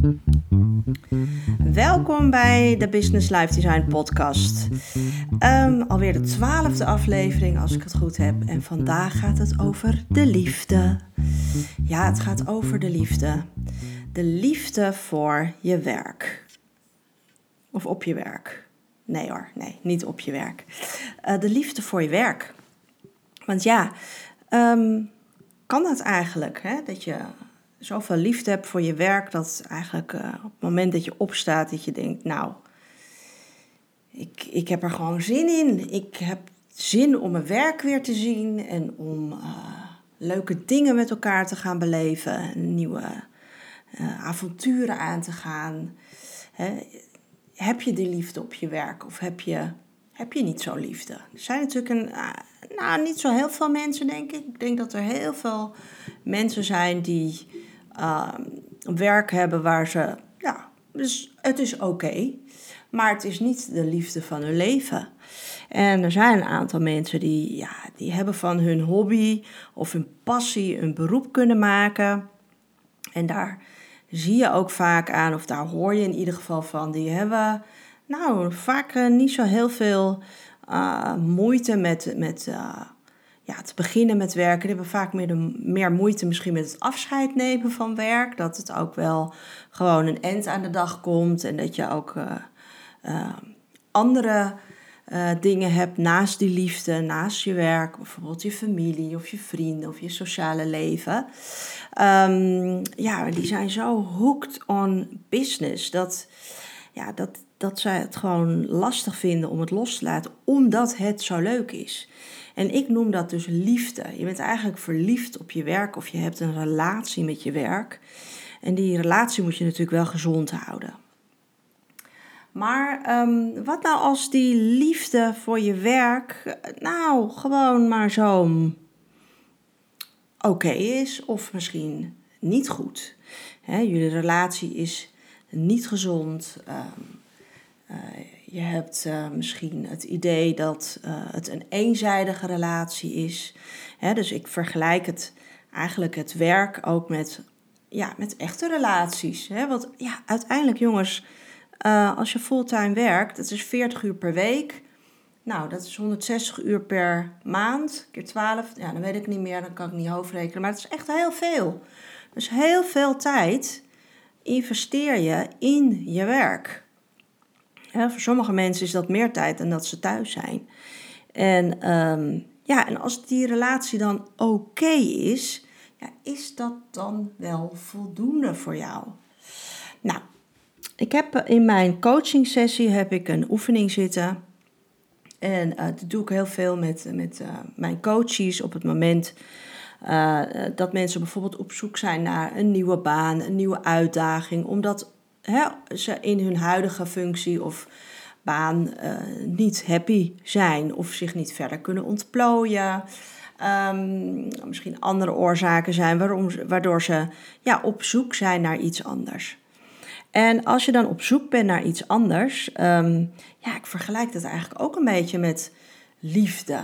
Welkom bij de Business Life Design podcast. Alweer de 12e aflevering als ik het goed heb. En vandaag gaat het over de liefde. Ja, het gaat over de liefde. De liefde voor je werk. Of op je werk. Nee hoor, nee, niet op je werk. De liefde voor je werk. Want ja, kan dat eigenlijk, hè? Dat je zoveel liefde hebt voor je werk, dat eigenlijk op het moment dat je opstaat, dat je denkt, nou, ik heb er gewoon zin in. Ik heb zin om mijn werk weer te zien en om leuke dingen met elkaar te gaan beleven, nieuwe avonturen aan te gaan. Heb je de liefde op je werk of heb je niet zo liefde? Er zijn natuurlijk niet zo heel veel mensen, denk ik. Ik denk dat er heel veel mensen zijn die werk hebben waar ze, dus het is oké, maar het is niet de liefde van hun leven. En er zijn een aantal mensen die hebben van hun hobby of hun passie een beroep kunnen maken. En daar zie je ook vaak aan, of daar hoor je in ieder geval van, die hebben vaak niet zo heel veel moeite met te beginnen met werken. Die hebben vaak meer moeite misschien met het afscheid nemen van werk. Dat het ook wel gewoon een eind aan de dag komt. En dat je ook andere dingen hebt naast die liefde, naast je werk. Bijvoorbeeld je familie of je vrienden of je sociale leven. Die zijn zo hooked on business dat zij het gewoon lastig vinden om het los te laten, omdat het zo leuk is. En ik noem dat dus liefde. Je bent eigenlijk verliefd op je werk of je hebt een relatie met je werk. En die relatie moet je natuurlijk wel gezond houden. Maar wat nou als die liefde voor je werk gewoon maar zo oké is of misschien niet goed? Jullie relatie is niet gezond. Je hebt misschien het idee dat het een eenzijdige relatie is. Dus ik vergelijk het werk ook met echte relaties. Want uiteindelijk jongens, als je fulltime werkt, dat is 40 uur per week. Nou, dat is 160 uur per maand, keer 12. Ja, dan weet ik niet meer, dan kan ik niet hoofdrekenen. Maar het is echt heel veel. Dus heel veel tijd investeer je in je werk. Voor sommige mensen is dat meer tijd dan dat ze thuis zijn. En als die relatie dan oké is, is dat dan wel voldoende voor jou? Nou, ik heb in mijn coaching sessie een oefening zitten. En dat doe ik heel veel met mijn coaches op het moment dat mensen bijvoorbeeld op zoek zijn naar een nieuwe baan, een nieuwe uitdaging, omdat ze in hun huidige functie of baan niet happy zijn of zich niet verder kunnen ontplooien. Misschien andere oorzaken zijn waardoor ze op zoek zijn naar iets anders. En als je dan op zoek bent naar iets anders, ik vergelijk dat eigenlijk ook een beetje met liefde.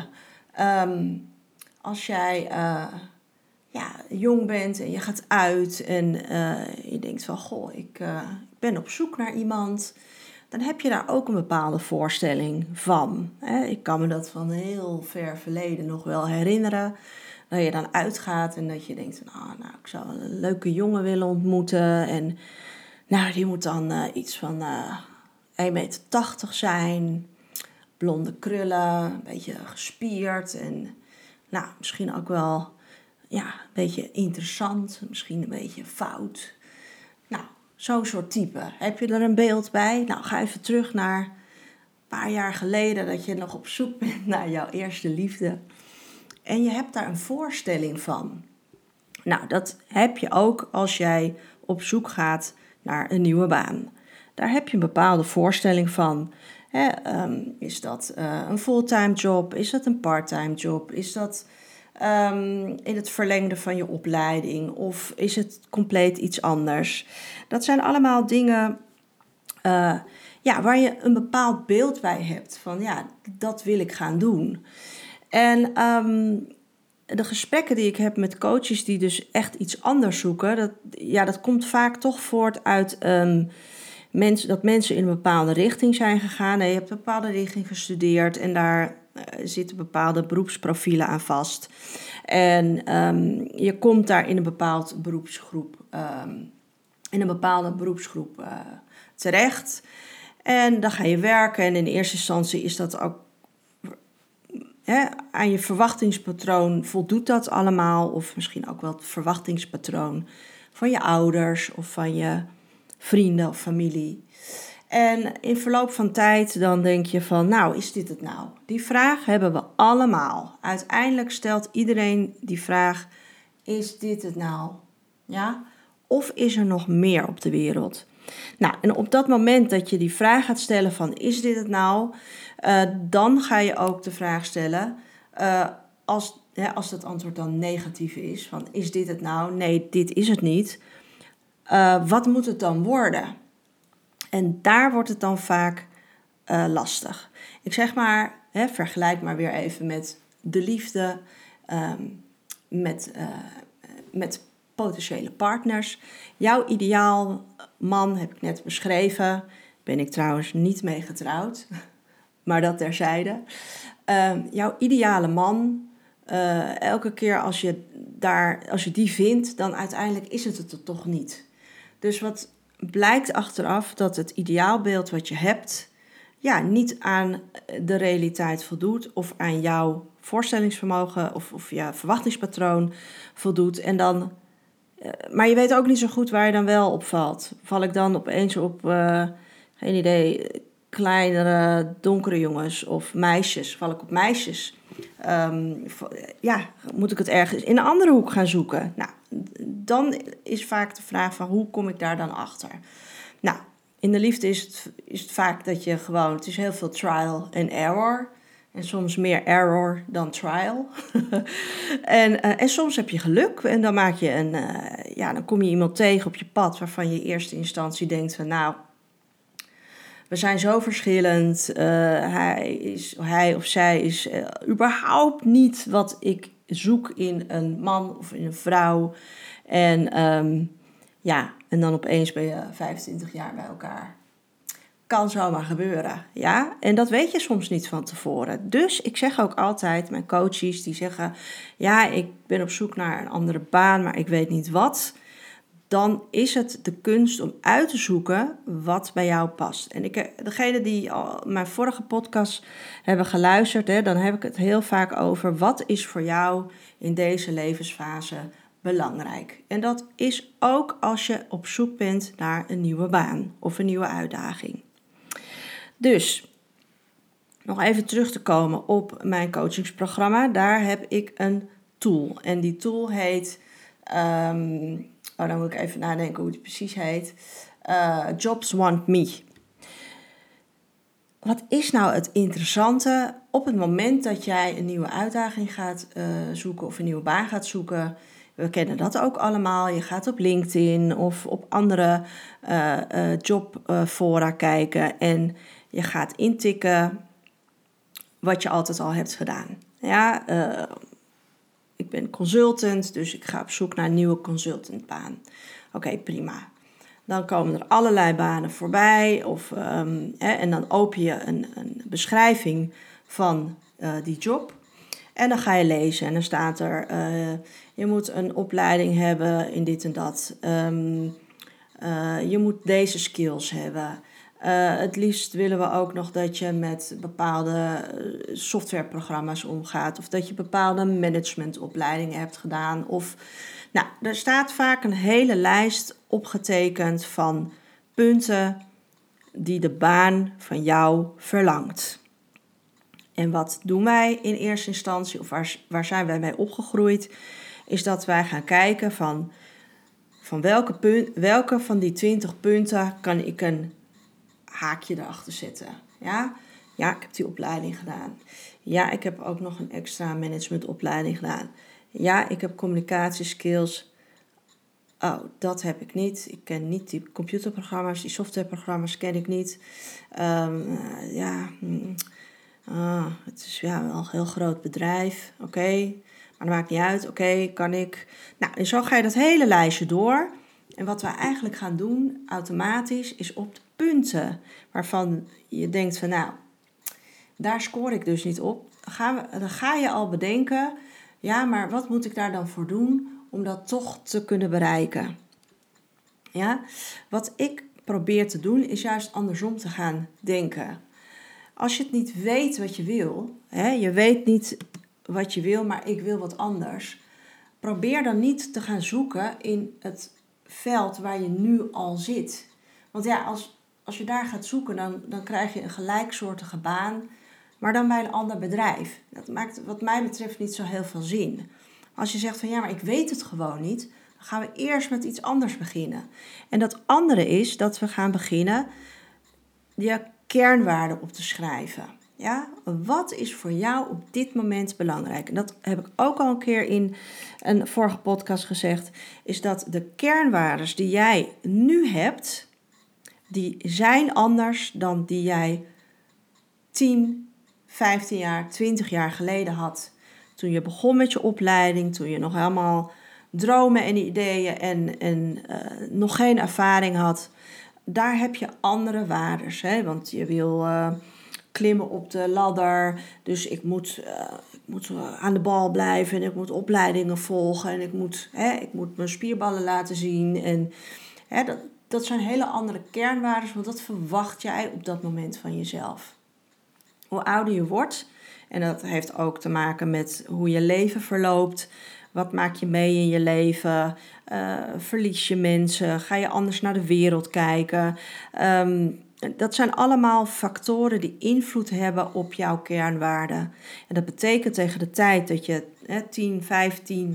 Als jij jong bent en je gaat uit en je denkt van, goh, ik ben op zoek naar iemand, dan heb je daar ook een bepaalde voorstelling van. Ik kan me dat van heel ver verleden nog wel herinneren. Dat je dan uitgaat en dat je denkt, ik zou een leuke jongen willen ontmoeten. En die moet dan iets van 1,80 meter zijn, blonde krullen, een beetje gespierd en misschien ook wel een beetje interessant, misschien een beetje fout. Zo'n soort type. Heb je er een beeld bij? Ga even terug naar een paar jaar geleden dat je nog op zoek bent naar jouw eerste liefde. En je hebt daar een voorstelling van. Dat heb je ook als jij op zoek gaat naar een nieuwe baan. Daar heb je een bepaalde voorstelling van. Is dat een fulltime job? Is dat een parttime job? Is dat in het verlengde van je opleiding? Of is het compleet iets anders? Dat zijn allemaal dingen waar je een bepaald beeld bij hebt. Van dat wil ik gaan doen. En de gesprekken die ik heb met coaches die dus echt iets anders zoeken, dat komt vaak toch voort uit dat mensen in een bepaalde richting zijn gegaan. Je hebt een bepaalde richting gestudeerd en daar zitten bepaalde beroepsprofielen aan vast. En je komt daar in een bepaalde beroepsgroep terecht. En dan ga je werken en in eerste instantie is dat ook aan je verwachtingspatroon voldoet dat allemaal. Of misschien ook wel het verwachtingspatroon van je ouders of van je vrienden of familie. En in verloop van tijd dan denk je van, nou, is dit het nou? Die vraag hebben we allemaal. Uiteindelijk stelt iedereen die vraag, is dit het nou? Ja? Of is er nog meer op de wereld? Nou, en op dat moment dat je die vraag gaat stellen van, is dit het nou? Dan ga je ook de vraag stellen, als dat antwoord dan negatief is, van, is dit het nou? Nee, dit is het niet. Wat moet het dan worden? En daar wordt het dan vaak lastig. Ik zeg maar, vergelijk maar weer even met de liefde, met potentiële partners. Jouw ideaal man heb ik net beschreven. Ben ik trouwens niet mee getrouwd, maar dat terzijde. Jouw ideale man, elke keer als je die vindt, dan uiteindelijk is het er toch niet. Dus wat blijkt achteraf dat het ideaalbeeld wat je hebt, niet aan de realiteit voldoet of aan jouw voorstellingsvermogen of je verwachtingspatroon voldoet. En dan, maar je weet ook niet zo goed waar je dan wel op valt. Val ik dan opeens op, geen idee, kleinere, donkere jongens of meisjes? Val ik op meisjes? Moet ik het ergens in een andere hoek gaan zoeken? Nou, dan is vaak de vraag van, hoe kom ik daar dan achter? Nou, in de liefde is het vaak dat je gewoon, het is heel veel trial and error. En soms meer error dan trial. en soms heb je geluk en dan maak je dan kom je iemand tegen op je pad waarvan je in eerste instantie denkt van, nou, we zijn zo verschillend. Hij of zij is überhaupt niet wat ik zoek in een man of in een vrouw. En dan opeens ben je 25 jaar bij elkaar. Kan zomaar gebeuren, ja. En dat weet je soms niet van tevoren. Dus ik zeg ook altijd, mijn coaches die zeggen, ja, ik ben op zoek naar een andere baan, maar ik weet niet wat. Dan is het de kunst om uit te zoeken wat bij jou past. En degene die al mijn vorige podcast hebben geluisterd, dan heb ik het heel vaak over, wat is voor jou in deze levensfase belangrijk? En dat is ook als je op zoek bent naar een nieuwe baan of een nieuwe uitdaging. Dus, nog even terug te komen op mijn coachingsprogramma. Daar heb ik een tool. En die tool heet, dan moet ik even nadenken hoe het precies heet. Jobs Want Me. Wat is nou het interessante op het moment dat jij een nieuwe uitdaging gaat zoeken of een nieuwe baan gaat zoeken? We kennen dat ook allemaal. Je gaat op LinkedIn of op andere jobfora kijken en je gaat intikken wat je altijd al hebt gedaan. Ja, ik ben consultant, dus ik ga op zoek naar een nieuwe consultantbaan. Oké, prima. Dan komen er allerlei banen voorbij. En dan open je een beschrijving van die job. En dan ga je lezen. En dan staat er, je moet een opleiding hebben in dit en dat. Je moet deze skills hebben. Het liefst willen we ook nog dat je met bepaalde softwareprogramma's omgaat. Of dat je bepaalde managementopleidingen hebt gedaan. Er staat vaak een hele lijst opgetekend van punten die de baan van jou verlangt. En wat doen wij in eerste instantie, of waar zijn wij mee opgegroeid, is dat wij gaan kijken van welke van die 20 punten kan ik een haakje erachter zetten. Ja, ik heb die opleiding gedaan. Ja, ik heb ook nog een extra managementopleiding gedaan. Ja, ik heb communicatieskills. Oh, dat heb ik niet. Ik ken niet die computerprogramma's, die softwareprogramma's ken ik niet. Het is wel een heel groot bedrijf. Oké. Maar dat maakt niet uit. Oké, kan ik. Nou, en zo ga je dat hele lijstje door. En wat we eigenlijk gaan doen, automatisch, is op de punten waarvan je denkt van, nou, daar scoor ik dus niet op. Dan ga je al bedenken, ja, maar wat moet ik daar dan voor doen om dat toch te kunnen bereiken? Ja, wat ik probeer te doen, is juist andersom te gaan denken. Als je het niet weet wat je wil, je weet niet wat je wil, maar ik wil wat anders. Probeer dan niet te gaan zoeken in het veld waar je nu al zit. Want ja, als je daar gaat zoeken, dan krijg je een gelijksoortige baan, maar dan bij een ander bedrijf. Dat maakt wat mij betreft niet zo heel veel zin. Als je zegt van ja, maar ik weet het gewoon niet, dan gaan we eerst met iets anders beginnen. En dat andere is dat we gaan beginnen je kernwaarden op te schrijven. Ja? Wat is voor jou op dit moment belangrijk? En dat heb ik ook al een keer in een vorige podcast gezegd. Is dat de kernwaarden die jij nu hebt, die zijn anders dan die jij 10, 15 jaar, 20 jaar geleden had. Toen je begon met je opleiding, toen je nog helemaal dromen en ideeën en nog geen ervaring had. Daar heb je andere waarden. Want je wil klimmen op de ladder. Dus ik moet aan de bal blijven. En ik moet opleidingen volgen. En ik moet mijn spierballen laten zien. En dat zijn hele andere kernwaarden. Want dat verwacht jij op dat moment van jezelf. Hoe ouder je wordt. En dat heeft ook te maken met hoe je leven verloopt. Wat maak je mee in je leven? Verlies je mensen? Ga je anders naar de wereld kijken? Dat zijn allemaal factoren die invloed hebben op jouw kernwaarden. En dat betekent tegen de tijd dat je 10, 15,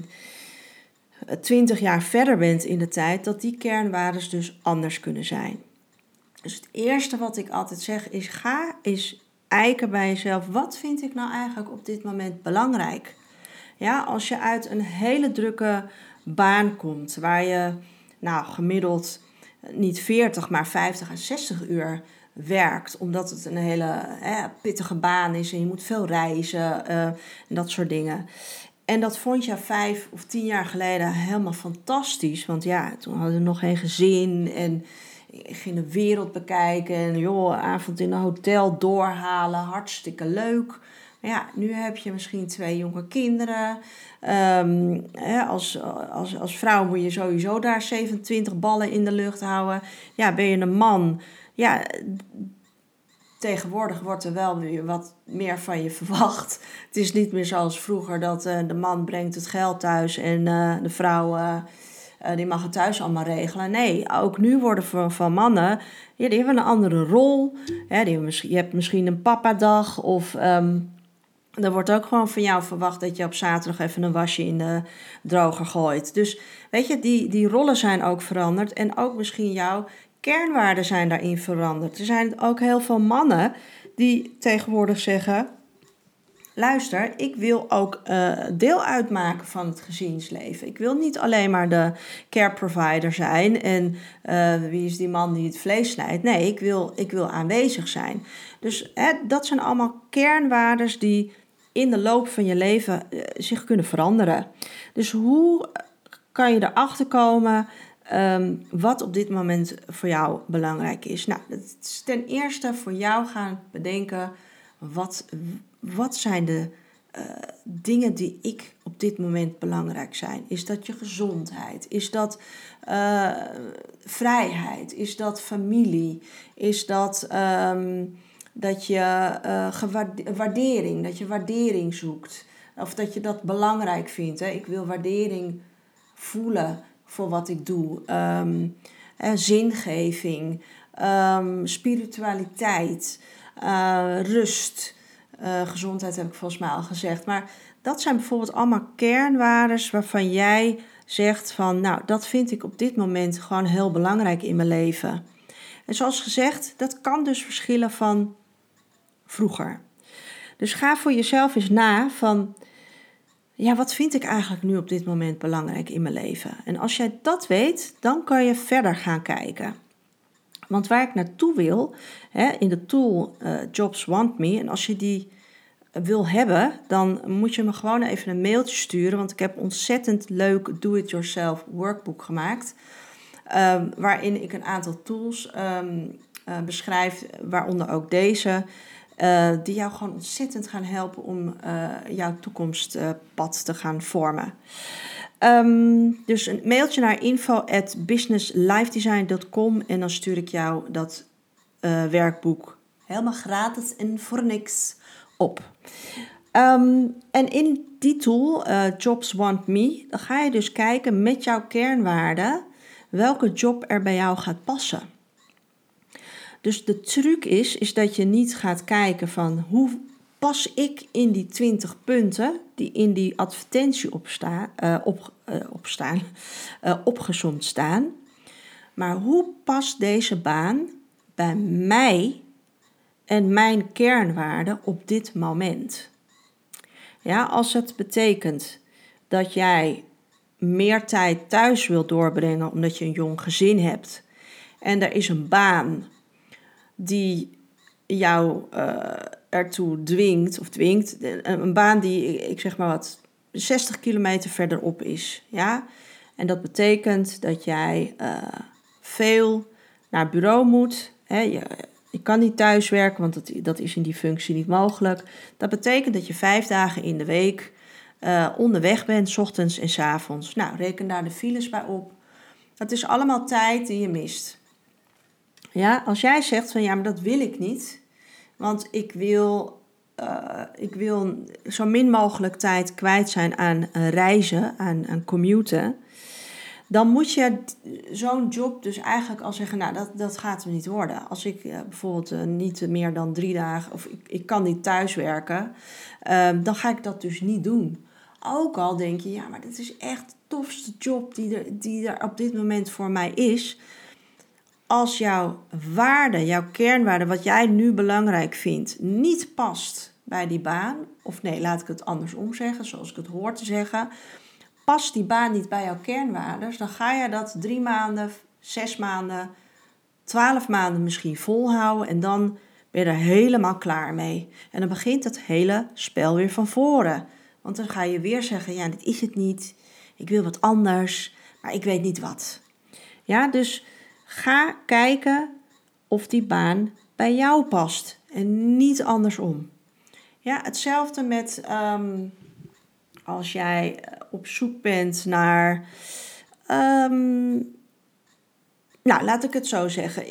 20 jaar verder bent in de tijd, dat die kernwaarden dus anders kunnen zijn. Dus het eerste wat ik altijd zeg is, ga eens eiken bij jezelf. Wat vind ik nou eigenlijk op dit moment belangrijk? Ja, als je uit een hele drukke baan komt, waar je gemiddeld niet 40, maar 50 en 60 uur werkt, omdat het een hele pittige baan is en je moet veel reizen en dat soort dingen. En dat vond je 5 of 10 jaar geleden helemaal fantastisch, want ja, toen hadden we nog geen gezin en ik ging de wereld bekijken en avond in een hotel doorhalen, hartstikke leuk. Maar ja, nu heb je misschien 2 jonge kinderen. Als vrouw moet je sowieso daar 27 ballen in de lucht houden. Ja, ben je een man? Ja, tegenwoordig wordt er wel weer wat meer van je verwacht. Het is niet meer zoals vroeger dat de man brengt het geld thuis en de vrouw die mag het thuis allemaal regelen. Nee, ook nu worden van mannen, die hebben een andere rol. Je hebt misschien een papadag of er wordt ook gewoon van jou verwacht dat je op zaterdag even een wasje in de droger gooit. Dus weet je, die rollen zijn ook veranderd en ook misschien jouw kernwaarden zijn daarin veranderd. Er zijn ook heel veel mannen die tegenwoordig zeggen, luister, ik wil ook deel uitmaken van het gezinsleven. Ik wil niet alleen maar de care provider zijn en wie is die man die het vlees snijdt. Nee, ik wil aanwezig zijn. Dus dat zijn allemaal kernwaarden die in de loop van je leven zich kunnen veranderen. Dus hoe kan je erachter komen wat op dit moment voor jou belangrijk is? Nou, het is ten eerste voor jou gaan bedenken, wat zijn de dingen die ik op dit moment belangrijk zijn? Is dat je gezondheid? Is dat vrijheid? Is dat familie? Is dat dat je waardering zoekt? Of dat je dat belangrijk vindt. Hè? Ik wil waardering voelen voor wat ik doe. Zingeving, spiritualiteit, rust. Gezondheid heb ik volgens mij al gezegd. Maar dat zijn bijvoorbeeld allemaal kernwaarden waarvan jij zegt van, nou, dat vind ik op dit moment gewoon heel belangrijk in mijn leven. En zoals gezegd, dat kan dus verschillen van vroeger. Dus ga voor jezelf eens na van, ja, wat vind ik eigenlijk nu op dit moment belangrijk in mijn leven? En als jij dat weet, dan kan je verder gaan kijken. Want waar ik naartoe wil, in de tool Jobs Want Me, en als je die wil hebben, dan moet je me gewoon even een mailtje sturen. Want ik heb een ontzettend leuk do-it-yourself workbook gemaakt. Waarin ik een aantal tools beschrijf, waaronder ook deze. Die jou gewoon ontzettend gaan helpen om jouw toekomstpad te gaan vormen. Dus een mailtje naar info@businesslifedesign.com en dan stuur ik jou dat werkboek helemaal gratis en voor niks op. En in die tool, Jobs Want Me, dan ga je dus kijken met jouw kernwaarden welke job er bij jou gaat passen. Dus de truc is dat je niet gaat kijken van pas ik in die 20 punten die in die advertentie opgezomd staan. Maar hoe past deze baan bij mij en mijn kernwaarden op dit moment? Ja, als het betekent dat jij meer tijd thuis wilt doorbrengen omdat je een jong gezin hebt en er is een baan die jou ertoe dwingt, een baan die, ik zeg maar 60 kilometer verderop is, ja. En dat betekent dat jij veel naar het bureau moet. Hè? Je kan niet thuiswerken, want dat is in die functie niet mogelijk. Dat betekent dat je 5 dagen in de week onderweg bent, 's ochtends en 's avonds. Nou, reken daar de files bij op. Dat is allemaal tijd die je mist. Ja, als jij zegt van ja, maar dat wil ik niet, want ik wil zo min mogelijk tijd kwijt zijn aan reizen, aan commuten, dan moet je zo'n job dus eigenlijk al zeggen, nou, dat gaat hem niet worden. Als ik bijvoorbeeld niet meer dan 3 dagen, of ik kan niet thuiswerken, dan ga ik dat dus niet doen. Ook al denk je, ja, maar dit is echt de tofste job die er op dit moment voor mij is. Als jouw waarde, jouw kernwaarde, wat jij nu belangrijk vindt, niet past bij die baan, of nee, laat ik het andersom zeggen, zoals ik het hoor te zeggen, past die baan niet bij jouw kernwaarden, dan ga je dat 3 maanden, 6 maanden, 12 maanden misschien volhouden en dan ben je er helemaal klaar mee. En dan begint het hele spel weer van voren. Want dan ga je weer zeggen, ja, dit is het niet, ik wil wat anders, maar ik weet niet wat. Ja, dus ga kijken of die baan bij jou past en niet andersom. Ja, hetzelfde met als jij op zoek bent naar, nou, laat ik het zo zeggen.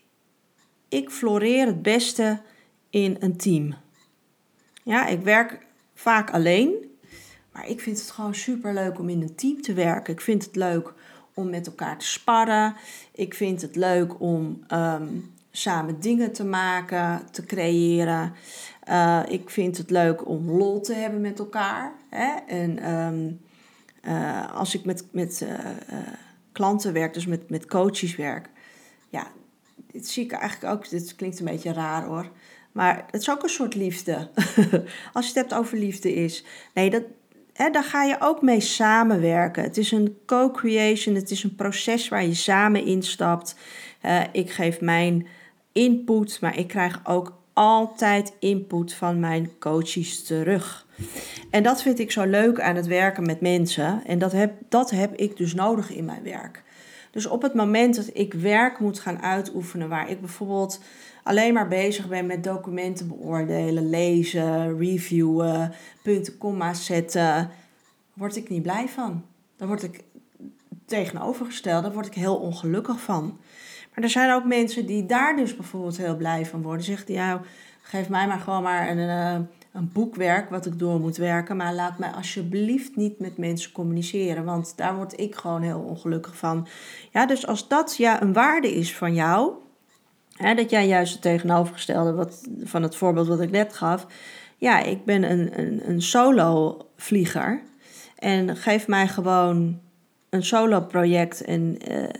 Ik floreer het beste in een team. Ja, ik werk vaak alleen, maar ik vind het gewoon superleuk om in een team te werken. Ik vind het leuk om met elkaar te sparren. Ik vind het leuk om samen dingen te maken, te creëren. Ik vind het leuk om lol te hebben met elkaar. Hè? En als ik met klanten werk, dus met coaches werk, ja, dit zie ik eigenlijk ook, dit klinkt een beetje raar hoor, maar het is ook een soort liefde. Als je het hebt over liefde is. Nee, daar ga je ook mee samenwerken. Het is een co-creation, het is een proces waar je samen instapt. Ik geef mijn input, maar ik krijg ook altijd input van mijn coaches terug. En dat vind ik zo leuk aan het werken met mensen. En dat heb ik dus nodig in mijn werk. Dus op het moment dat ik werk moet gaan uitoefenen, waar ik bijvoorbeeld alleen maar bezig ben met documenten beoordelen, lezen, reviewen, punten, komma's zetten, word ik niet blij van. Dan word ik tegenovergesteld, daar word ik heel ongelukkig van. Maar er zijn ook mensen die daar dus bijvoorbeeld heel blij van worden. Zeggen, ja, geef mij maar gewoon maar een boekwerk wat ik door moet werken, maar laat mij alsjeblieft niet met mensen communiceren, want daar word ik gewoon heel ongelukkig van. Ja, dus als dat een waarde is van jou, hè, dat jij juist het tegenovergestelde van het voorbeeld wat ik net gaf, ja, ik ben een solo-vlieger en geef mij gewoon een solo-project en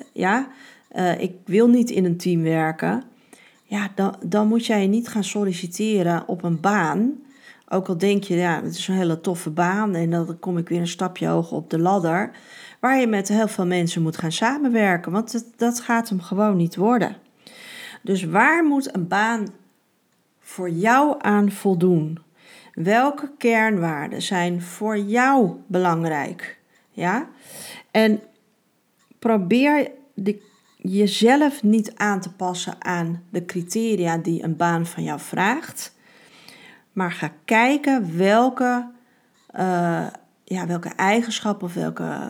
ik wil niet in een team werken, ja, dan moet jij niet gaan solliciteren op een baan. Ook al denk je, ja, het is een hele toffe baan en dan kom ik weer een stapje hoger op de ladder, waar je met heel veel mensen moet gaan samenwerken, want dat gaat hem gewoon niet worden. Dus waar moet een baan voor jou aan voldoen? Welke kernwaarden zijn voor jou belangrijk? Ja? En probeer jezelf niet aan te passen aan de criteria die een baan van jou vraagt. Maar ga kijken welke eigenschappen of welke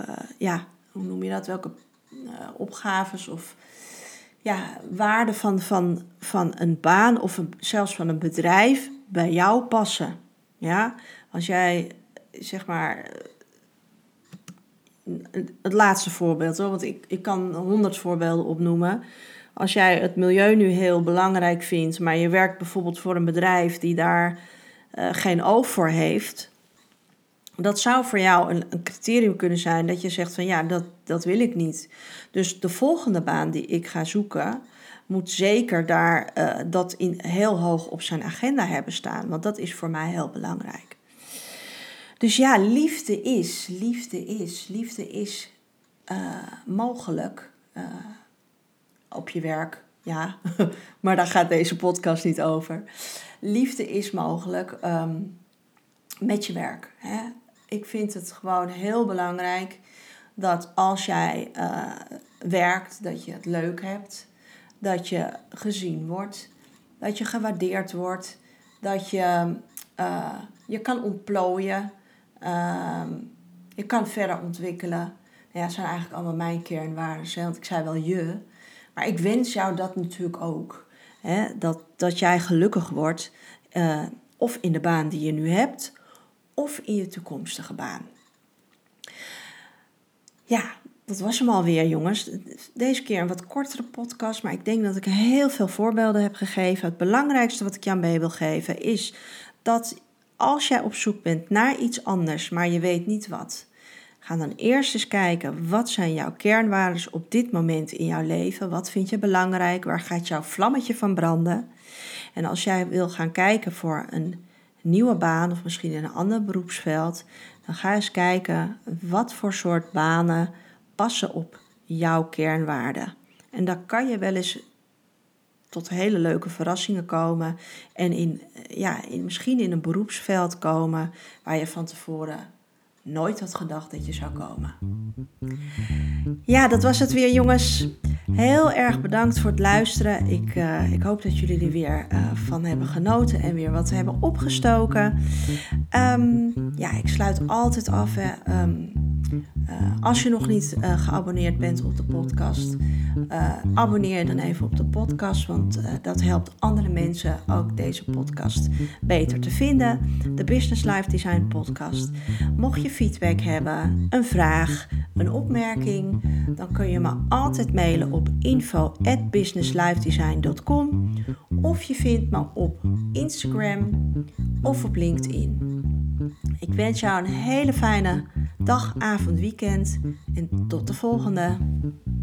opgaves of waarden van een baan of zelfs van een bedrijf bij jou passen. Ja? Als jij, zeg maar, het laatste voorbeeld, hoor, want ik kan 100 voorbeelden opnoemen. Als jij het milieu nu heel belangrijk vindt, maar je werkt bijvoorbeeld voor een bedrijf die daar geen oog voor heeft. Dat zou voor jou een criterium kunnen zijn dat je zegt van dat wil ik niet. Dus de volgende baan die ik ga zoeken moet zeker daar dat heel hoog op zijn agenda hebben staan. Want dat is voor mij heel belangrijk. Dus ja, liefde is mogelijk op je werk. Ja, maar daar gaat deze podcast niet over. Liefde is mogelijk met je werk. Hè? Ik vind het gewoon heel belangrijk dat als jij werkt, dat je het leuk hebt. Dat je gezien wordt. Dat je gewaardeerd wordt. Dat je kan ontplooien. Je kan verder ontwikkelen. Ja, dat zijn eigenlijk allemaal mijn kernwaarden. Want ik zei wel je. Maar ik wens jou dat natuurlijk ook. Hè? Dat jij gelukkig wordt. Of in de baan die je nu hebt. Of in je toekomstige baan. Ja, dat was hem alweer, jongens. Deze keer een wat kortere podcast. Maar ik denk dat ik heel veel voorbeelden heb gegeven. Het belangrijkste wat ik jou mee wil geven is dat als jij op zoek bent naar iets anders, maar je weet niet wat, ga dan eerst eens kijken, wat zijn jouw kernwaarden op dit moment in jouw leven? Wat vind je belangrijk? Waar gaat jouw vlammetje van branden? En als jij wil gaan kijken voor een nieuwe baan of misschien in een ander beroepsveld, dan ga eens kijken wat voor soort banen passen op jouw kernwaarden. En dan kan je wel eens tot hele leuke verrassingen komen en misschien in een beroepsveld komen waar je van tevoren nooit had gedacht dat je zou komen. Ja, dat was het weer, jongens. Heel erg bedankt voor het luisteren. Ik hoop dat jullie er weer van hebben genoten en weer wat hebben opgestoken. Ik sluit altijd af. Als je nog niet geabonneerd bent op de podcast, abonneer je dan even op de podcast, want dat helpt andere mensen ook deze podcast beter te vinden. De Business Life Design podcast. Mocht je feedback hebben, een vraag, een opmerking, dan kun je me altijd mailen op info@businesslifedesign.com of je vindt me op Instagram of op LinkedIn. Ik wens jou een hele fijne dag, avond, weekend en tot de volgende.